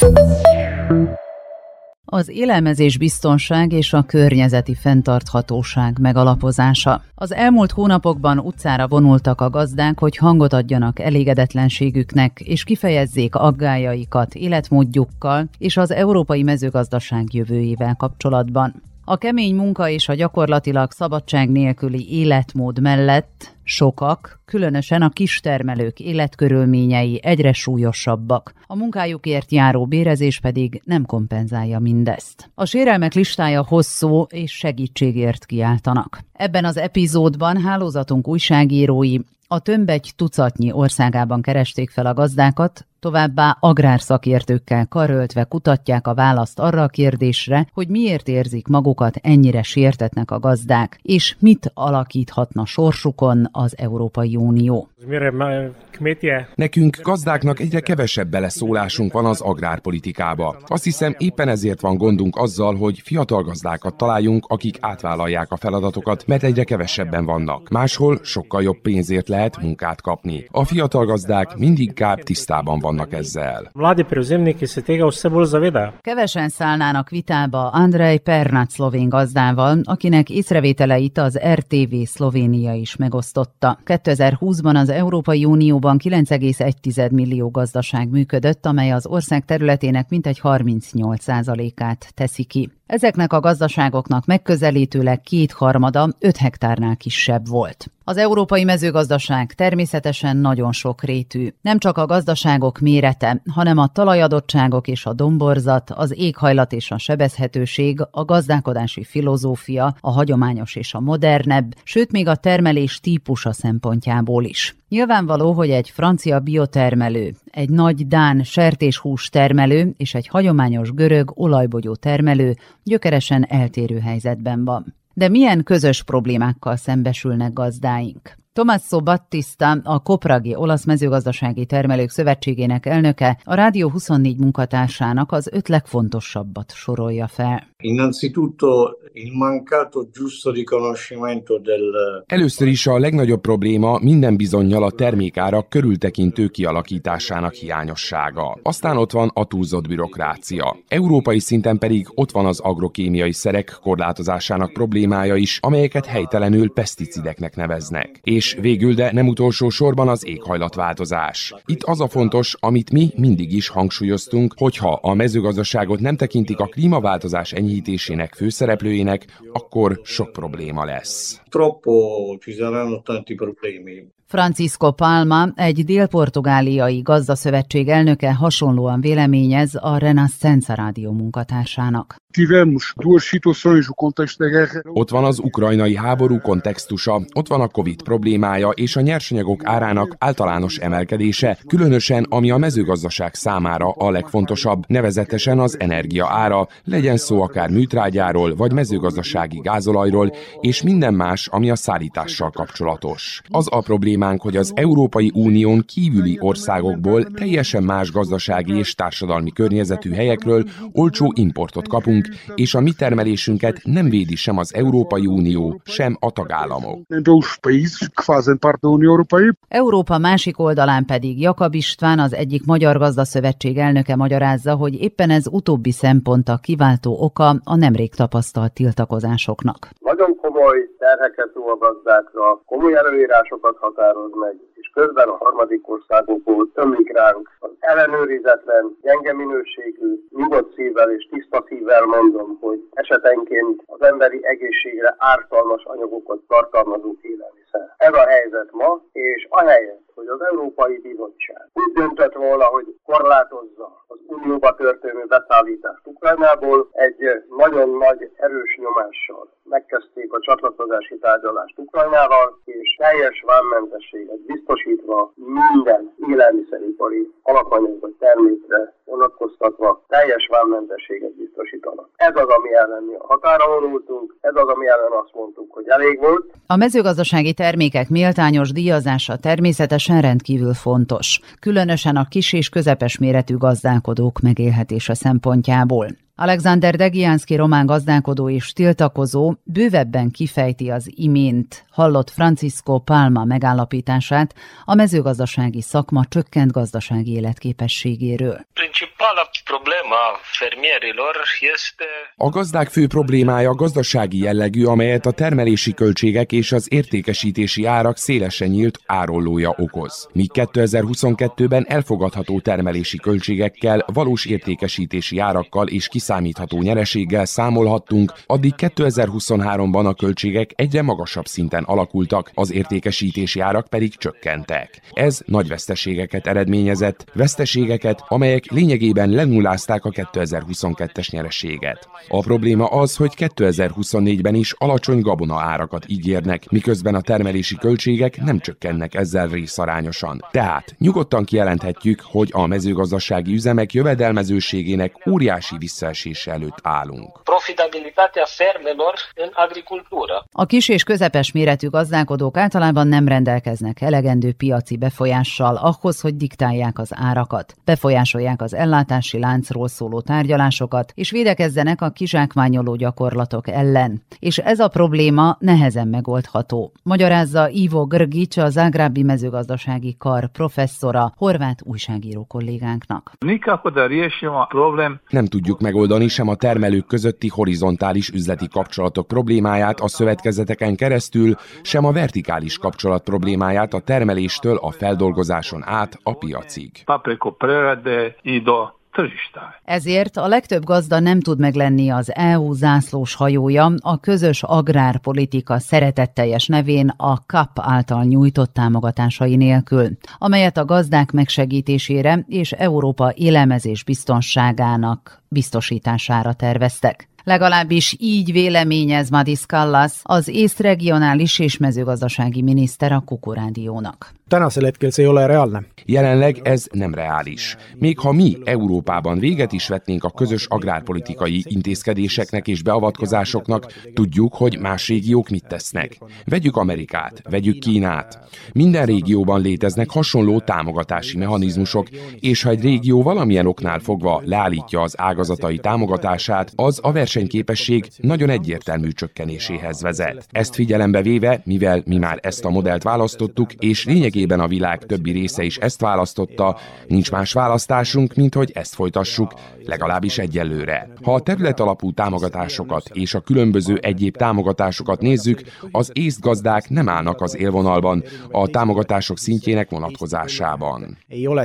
Az élelmezés biztonság és a környezeti fenntarthatóság megalapozása. Az elmúlt hónapokban utcára vonultak a gazdák, hogy hangot adjanak elégedetlenségüknek, és kifejezzék aggályaikat életmódjukkal és az európai mezőgazdaság jövőjével kapcsolatban. A kemény munka és a gyakorlatilag szabadság nélküli életmód mellett sokak, különösen a kistermelők életkörülményei egyre súlyosabbak. A munkájukért járó bérezés pedig nem kompenzálja mindezt. A sérelmek listája hosszú és segítségért kiáltanak. Ebben az epizódban hálózatunk újságírói a több egy tucatnyi országában keresték fel a gazdákat, továbbá agrárszakértőkkel karöltve kutatják a választ arra a kérdésre, hogy miért érzik magukat ennyire sértetnek a gazdák, és mit alakíthatna sorsukon az Európai Unió. Nekünk, gazdáknak egyre kevesebb beleszólásunk van az agrárpolitikába. Azt hiszem, éppen ezért van gondunk azzal, hogy fiatal gazdákat találjunk, akik átvállalják a feladatokat, mert egyre kevesebben vannak. Máshol sokkal jobb pénzért lehet munkát kapni. A fiatal gazdák mindinkább tisztában vannak ezzel. Kevesen szállnának vitába Andrej Pernac szlovén gazdával, akinek észrevételeit az RTV Szlovénia is megosztotta. 2020-ban az Európai Unióban 9,1 millió gazdaság működött, amely az ország területének mintegy 38%-át teszi ki. Ezeknek a gazdaságoknak megközelítőleg 2/3 5 hektárnál kisebb volt. Az európai mezőgazdaság természetesen nagyon sokrétű. Nem csak a gazdaságok mérete, hanem a talajadottságok és a domborzat, az éghajlat és a sebezhetőség, a gazdálkodási filozófia, a hagyományos és a modernebb, sőt még a termelés típusa szempontjából is. Nyilvánvaló, hogy egy francia biotermelő, egy nagy dán sertéshús termelő és egy hagyományos görög olajbogyó termelő gyökeresen eltérő helyzetben van. De milyen közös problémákkal szembesülnek gazdáink? Tommaso Battista, a Copragi Olasz Mezőgazdasági Termelők Szövetségének elnöke, a Rádió 24 munkatársának az 5 legfontosabbat sorolja fel. Először is a legnagyobb probléma minden bizonnyal a termékárak körültekintő kialakításának hiányossága. Aztán ott van a túlzott bürokrácia. Európai szinten pedig ott van az agrokémiai szerek korlátozásának problémája is, amelyeket helytelenül peszticideknek neveznek. És végül, de nem utolsó sorban az éghajlatváltozás. Itt az a fontos, amit mi mindig is hangsúlyoztunk, hogyha a mezőgazdaságot nem tekintik a klímaváltozás enyhítésének főszereplőjének, akkor sok probléma lesz. Francisco Palma, egy dél-portugáliai gazdaszövetség elnöke hasonlóan véleményez a Renascença rádió munkatársának. Ott van az ukrajnai háború kontextusa, ott van a Covid problémája és a nyersanyagok árának általános emelkedése, különösen ami a mezőgazdaság számára a legfontosabb, nevezetesen az energia ára, legyen szó akár műtrágyáról vagy mezőgazdasági gázolajról, és minden más, ami a szállítással kapcsolatos. Az a problémánk, hogy az Európai Unión kívüli országokból teljesen más gazdasági és társadalmi környezetű helyekről olcsó importot kapunk, és a mi termelésünket nem védi sem az Európai Unió, sem a tagállamok. Európa másik oldalán pedig Jakab István, az egyik magyar gazdaszövetség elnöke magyarázza, hogy éppen ez utóbbi szempont a kiváltó oka a nemrég tapasztalt tiltakozásoknak. Nagyon komoly terheket ró a gazdákra, komoly előírásokat határoz meg, és közben a harmadik országokból ömlik ránk az ellenőrizetlen, gyenge minőségű, nyugodt szívvel és tiszta szívvel mondom, hogy esetenként az emberi egészségre ártalmas anyagokat tartalmazó élelmiszer. Ez a helyzet ma, és ahelyett, hogy az Európai Bizottság úgy döntött volna, hogy korlátozza az unióba történő beszállítást Ukrajnából, egy nagyon nagy erős nyomással megkezdték a csatlakozási tárgyalást Ukrajnával, és teljes vámmentességet biztosítva minden élelmiszeripari alapanyag vagy termékre vonatkoztatva teljes vámmentességet biztosítanak. Ez az, ami ellen mi a határa vonultunk, ez az, ami ellen azt mondtuk, hogy elég volt. A mezőgazdasági termékek méltányos díjazása természetesen rendkívül fontos, különösen a kis és közepes méretű gazdálkodók megélhetése szempontjából. Alexander Degianszky román gazdálkodó és tiltakozó bővebben kifejti az imént hallott Francisco Palma megállapítását a mezőgazdasági szakma csökkent gazdasági életképességéről. A gazdák fő problémája gazdasági jellegű, amelyet a termelési költségek és az értékesítési árak szélesen nyílt árollója okoz. Míg 2022-ben elfogadható termelési költségekkel, valós értékesítési árakkal és kiszámítható nyereséggel számolhattunk, addig 2023-ban a költségek egyre magasabb szinten alakultak, az értékesítési árak pedig csökkentek. Ez nagy veszteségeket eredményezett, veszteségeket, amelyek lényegében lenullázták a 2022-es nyereséget. A probléma az, hogy 2024-ben is alacsony gabona árakat ígérnek, miközben a termelési költségek nem csökkennek ezzel részarányosan. Tehát nyugodtan kijelenthetjük, hogy a mezőgazdasági üzemek jövedelmezőségének óriási visszaesése előtt állunk. A kis és közepes méretű gazdálkodók általában nem rendelkeznek elegendő piaci befolyással ahhoz, hogy diktálják az árakat, befolyásolják az ellátási láncról szóló tárgyalásokat, és védekezzenek a kizsákmányoló gyakorlatok ellen. És ez a probléma nehezen megoldható. Magyarázza Ivo Grgic, a zágrábi mezőgazdasági kar professzora, horvát újságíró kollégánknak. Nem tudjuk megoldani sem a termelők közötti horizontális üzleti kapcsolatok problémáját a szövetkezeteken keresztül, sem a vertikális kapcsolat problémáját a termeléstől a feldolgozáson át a piacig. Ezért a legtöbb gazda nem tud meglenni az EU zászlós hajója a közös agrárpolitika szeretetteljes nevén a KAP által nyújtott támogatásai nélkül, amelyet a gazdák megsegítésére és Európa élelmezés biztonságának biztosítására terveztek. Legalábbis így véleményez Madis Kallas, az észt regionális és mezőgazdasági miniszter a Kuku Rádiónak. Jelenleg ez nem reális. Még ha mi Európában véget is vetnénk a közös agrárpolitikai intézkedéseknek és beavatkozásoknak, tudjuk, hogy más régiók mit tesznek. Vegyük Amerikát, vegyük Kínát. Minden régióban léteznek hasonló támogatási mechanizmusok, és ha egy régió valamilyen oknál fogva leállítja az ágazatai támogatását, az a versenyképesség nagyon egyértelmű csökkenéséhez vezet. Ezt figyelembe véve, mivel mi már ezt a modellt választottuk, és lényegében a világ többi része is ezt választotta, nincs más választásunk, mint hogy ezt folytassuk, legalábbis egyelőre. Ha a területalapú támogatásokat és a különböző egyéb támogatásokat nézzük, az észt gazdák nem állnak az élvonalban a támogatások szintjének vonatkozásában.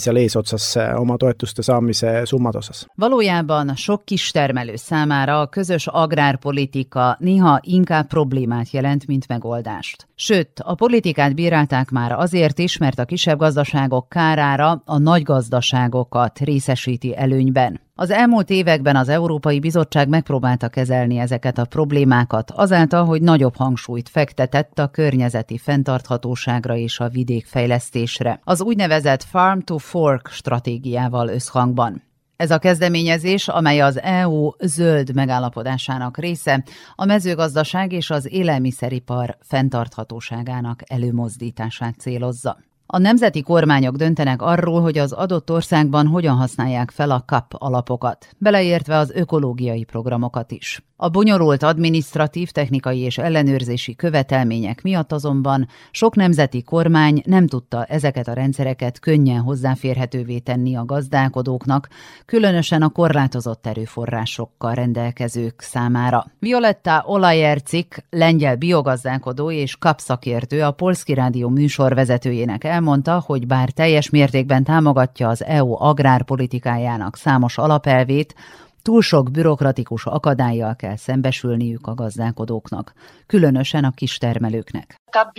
Valójában sok kistermelő számára a közös agrárpolitika néha inkább problémát jelent, mint megoldást. Sőt, a politikát bírálták már azért is, mert a kisebb gazdaságok kárára a nagy gazdaságokat részesíti előnyben. Az elmúlt években az Európai Bizottság megpróbálta kezelni ezeket a problémákat azáltal, hogy nagyobb hangsúlyt fektetett a környezeti fenntarthatóságra és a vidékfejlesztésre, az úgynevezett Farm to Fork stratégiával összhangban. Ez a kezdeményezés, amely az EU zöld megállapodásának része, a mezőgazdaság és az élelmiszeripar fenntarthatóságának előmozdítását célozza. A nemzeti kormányok döntenek arról, hogy az adott országban hogyan használják fel a KAP alapokat, beleértve az ökológiai programokat is. A bonyolult adminisztratív, technikai és ellenőrzési követelmények miatt azonban sok nemzeti kormány nem tudta ezeket a rendszereket könnyen hozzáférhetővé tenni a gazdálkodóknak, különösen a korlátozott erőforrásokkal rendelkezők számára. Violetta Olajercik, lengyel biogazdálkodó és KAP szakértő, a Polski Rádió műsorvezetőjének elmondta, hogy bár teljes mértékben támogatja az EU agrárpolitikájának számos alapelvét, túl sok bürokratikus akadállyal kell szembesülniük a gazdálkodóknak, különösen a kistermelőknek.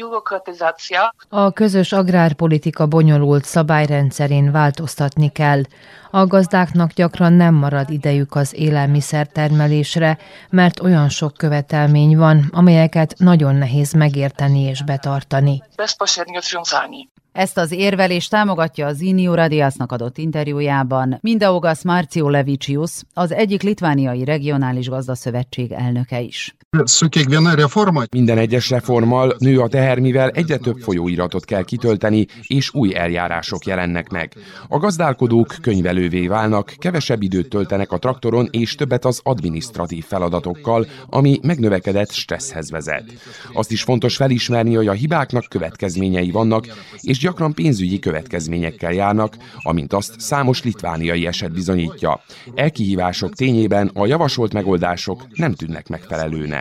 A közös agrárpolitika bonyolult szabályrendszerén változtatni kell. A gazdáknak gyakran nem marad idejük az élelmiszertermelésre, mert olyan sok követelmény van, amelyeket nagyon nehéz megérteni és betartani. Ezt az érvelést támogatja az Iniu Radiasnak adott interjújában Mindaugas Marciulevicius, az egyik litvániai regionális gazdaszövetség elnöke is. Minden egyes reformmal nő a teher, mivel egyre több folyóiratot kell kitölteni, és új eljárások jelennek meg. A gazdálkodók könyvelővé válnak, kevesebb időt töltenek a traktoron, és többet az adminisztratív feladatokkal, ami megnövekedett stresszhez vezet. Azt is fontos felismerni, hogy a hibáknak következményei vannak, és gyakran pénzügyi következményekkel járnak, amint azt számos litvániai eset bizonyítja. E kihívások tényében a javasolt megoldások nem tűnnek megfelelőnek.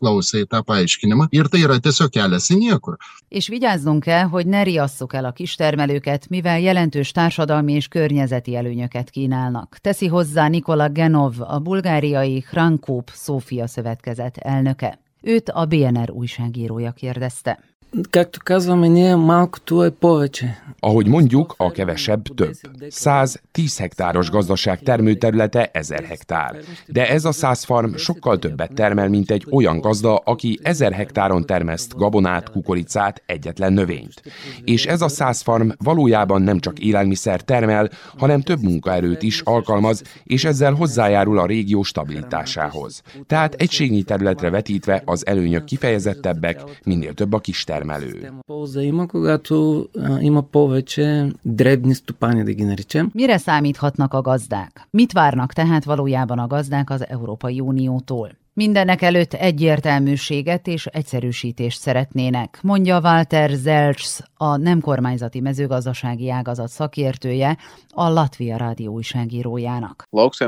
És vigyázzunk kell, hogy ne riasszuk el a kistermelőket, mivel jelentős társadalmi és környezeti előnyöket kínálnak. Teszi hozzá Nikola Genov, a bulgáriai Hrankup Szófia szövetkezet elnöke. Őt a BNR újságírója kérdezte. Ahogy mondjuk, a kevesebb több. 110 hektáros gazdaság termőterülete 1000 hektár. De ez a 100 farm sokkal többet termel, mint egy olyan gazda, aki 1000 hektáron termeszt gabonát, kukoricát, egyetlen növényt. És ez a 100 farm valójában nem csak élelmiszer termel, hanem több munkaerőt is alkalmaz, és ezzel hozzájárul a régió stabilitásához. Tehát egységnyi területre vetítve az előnyök kifejezettebbek, minél több a kistermelő. Mire számíthatnak a gazdák? Mit várnak tehát valójában a gazdák az Európai Uniótól? Mindenek előtt egyértelműséget és egyszerűsítést szeretnének, mondja Walter Zelcs, a nem kormányzati mezőgazdasági ágazat szakértője, a Latvia Rádió újságírójának.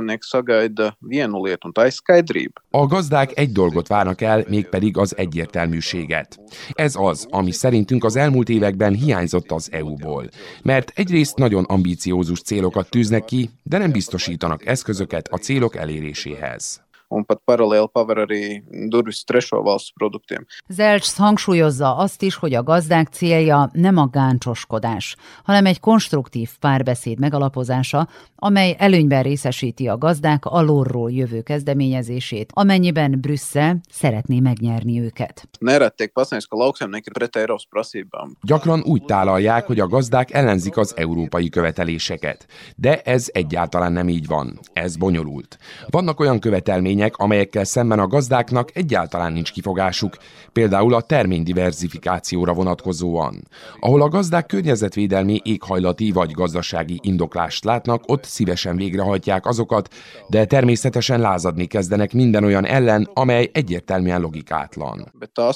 A gazdák egy dolgot várnak el, mégpedig az egyértelműséget. Ez az, ami szerintünk az elmúlt években hiányzott az EU-ból. Mert egyrészt nagyon ambiciózus célokat tűznek ki, de nem biztosítanak eszközöket a célok eléréséhez. Zelcs hangsúlyozza azt is, hogy a gazdák célja nem a gáncsoskodás, hanem egy konstruktív párbeszéd megalapozása, amely előnyben részesíti a gazdák alulról jövő kezdeményezését, amennyiben Brüsszel szeretné megnyerni őket. Gyakran úgy tálalják, hogy a gazdák ellenzik az európai követeléseket. De ez egyáltalán nem így van. Ez bonyolult. Vannak olyan követelmények, amelyekkel szemben a gazdáknak egyáltalán nincs kifogásuk, például a terménydiverzifikációra vonatkozóan. Ahol a gazdák környezetvédelmi, éghajlati vagy gazdasági indoklást látnak, ott szívesen végrehajtják azokat, de természetesen lázadni kezdenek minden olyan ellen, amely egyértelműen logikátlan.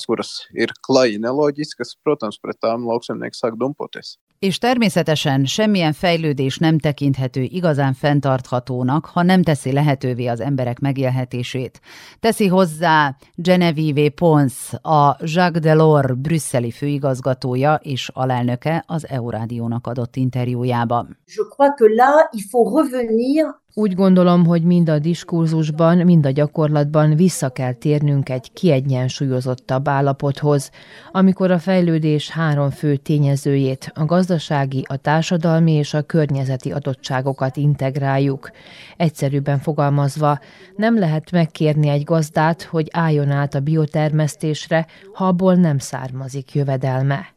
És természetesen semmilyen fejlődés nem tekinthető igazán fenntarthatónak, ha nem teszi lehetővé az emberek megélhetését. Teszi hozzá Genevieve Pons, a Jacques Delors brüsszeli főigazgatója és alelnöke az Eurádiónak adott interjújában. Úgy gondolom, hogy mind a diskurzusban, mind a gyakorlatban vissza kell térnünk egy kiegyensúlyozottabb állapothoz, amikor a fejlődés 3 fő tényezőjét, a gazdasági, a társadalmi és a környezeti adottságokat integráljuk. Egyszerűbben fogalmazva, nem lehet megkérni egy gazdát, hogy álljon át a biotermesztésre, ha abból nem származik jövedelme.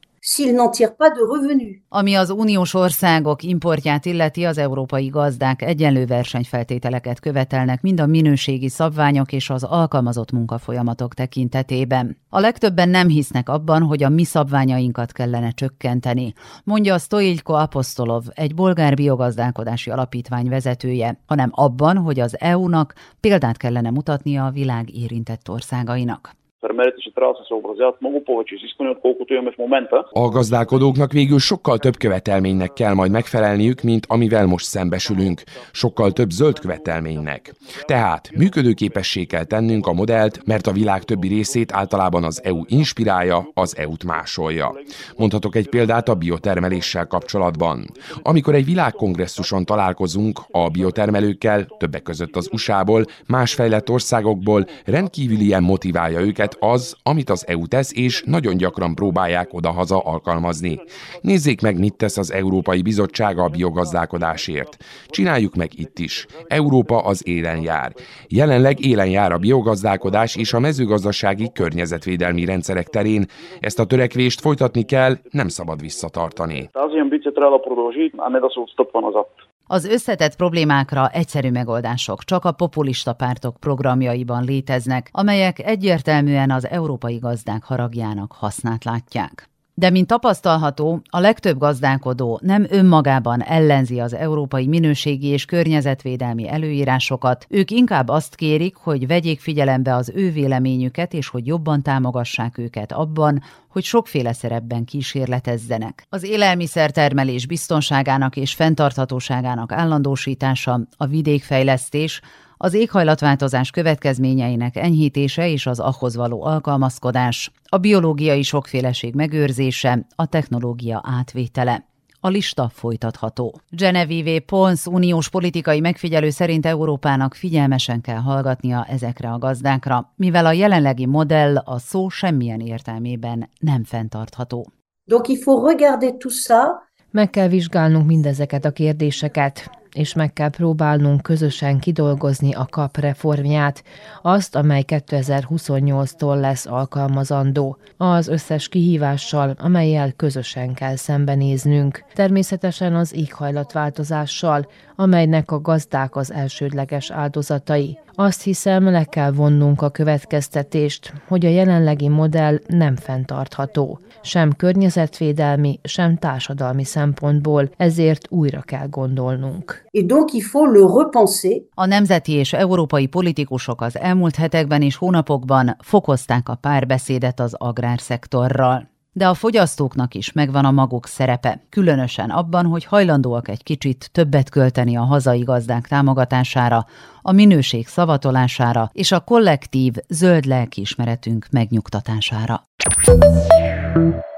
Ami az uniós országok importját illeti, az európai gazdák egyenlő versenyfeltételeket követelnek mind a minőségi szabványok és az alkalmazott munkafolyamatok tekintetében. A legtöbben nem hisznek abban, hogy a mi szabványainkat kellene csökkenteni, mondja Stoiljko Apostolov, egy bolgár biogazdálkodási alapítvány vezetője, hanem abban, hogy az EU-nak példát kellene mutatnia a világ érintett országainak. A gazdálkodóknak végül sokkal több követelménynek kell majd megfelelniük, mint amivel most szembesülünk. Sokkal több zöld követelménynek. Tehát működőképessé kell tennünk a modellt, mert a világ többi részét általában az EU inspirálja, az EU-t másolja. Mondhatok egy példát a biotermeléssel kapcsolatban. Amikor egy világkongresszuson találkozunk a biotermelőkkel, többek között az USA-ból, más fejlett országokból, rendkívül ilyen motiválja őket, lehet az, amit az EU tesz, és nagyon gyakran próbálják odahaza alkalmazni. Nézzék meg, mit tesz az Európai Bizottság a biogazdálkodásért. Csináljuk meg itt is. Európa az élen jár. Jelenleg élen jár a biogazdálkodás és a mezőgazdasági környezetvédelmi rendszerek terén. Ezt a törekvést folytatni kell, nem szabad visszatartani. Az összetett problémákra egyszerű megoldások csak a populista pártok programjaiban léteznek, amelyek egyértelműen az európai gazdák haragjának hasznát látják. De mint tapasztalható, a legtöbb gazdálkodó nem önmagában ellenzi az európai minőségi és környezetvédelmi előírásokat, ők inkább azt kérik, hogy vegyék figyelembe az ő véleményüket, és hogy jobban támogassák őket abban, hogy sokféle szerepben kísérletezzenek. Az élelmiszertermelés biztonságának és fenntarthatóságának állandósítása, a vidékfejlesztés, az éghajlatváltozás következményeinek enyhítése és az ahhoz való alkalmazkodás, a biológiai sokféleség megőrzése, a technológia átvétele. A lista folytatható. Genevieve Pons uniós politikai megfigyelő szerint Európának figyelmesen kell hallgatnia ezekre a gazdákra, mivel a jelenlegi modell a szó semmilyen értelmében nem fenntartható. Donc il faut regarder tout ça. Meg kell vizsgálnunk mindezeket a kérdéseket, és meg kell próbálnunk közösen kidolgozni a KAP reformját, azt, amely 2028-tól lesz alkalmazandó, az összes kihívással, amellyel közösen kell szembenéznünk. Természetesen az éghajlatváltozással, amelynek a gazdák az elsődleges áldozatai. Azt hiszem, le kell vonnunk a következtetést, hogy a jelenlegi modell nem fenntartható, sem környezetvédelmi, sem társadalmi szempontból, ezért újra kell gondolnunk. Et donc il faut le repenser. A nemzeti és európai politikusok az elmúlt hetekben és hónapokban fokozták a párbeszédet az agrárszektorral. De a fogyasztóknak is megvan a maguk szerepe, különösen abban, hogy hajlandóak egy kicsit többet költeni a hazai gazdák támogatására, a minőség szavatolására és a kollektív zöld lelkiismeretünk megnyugtatására.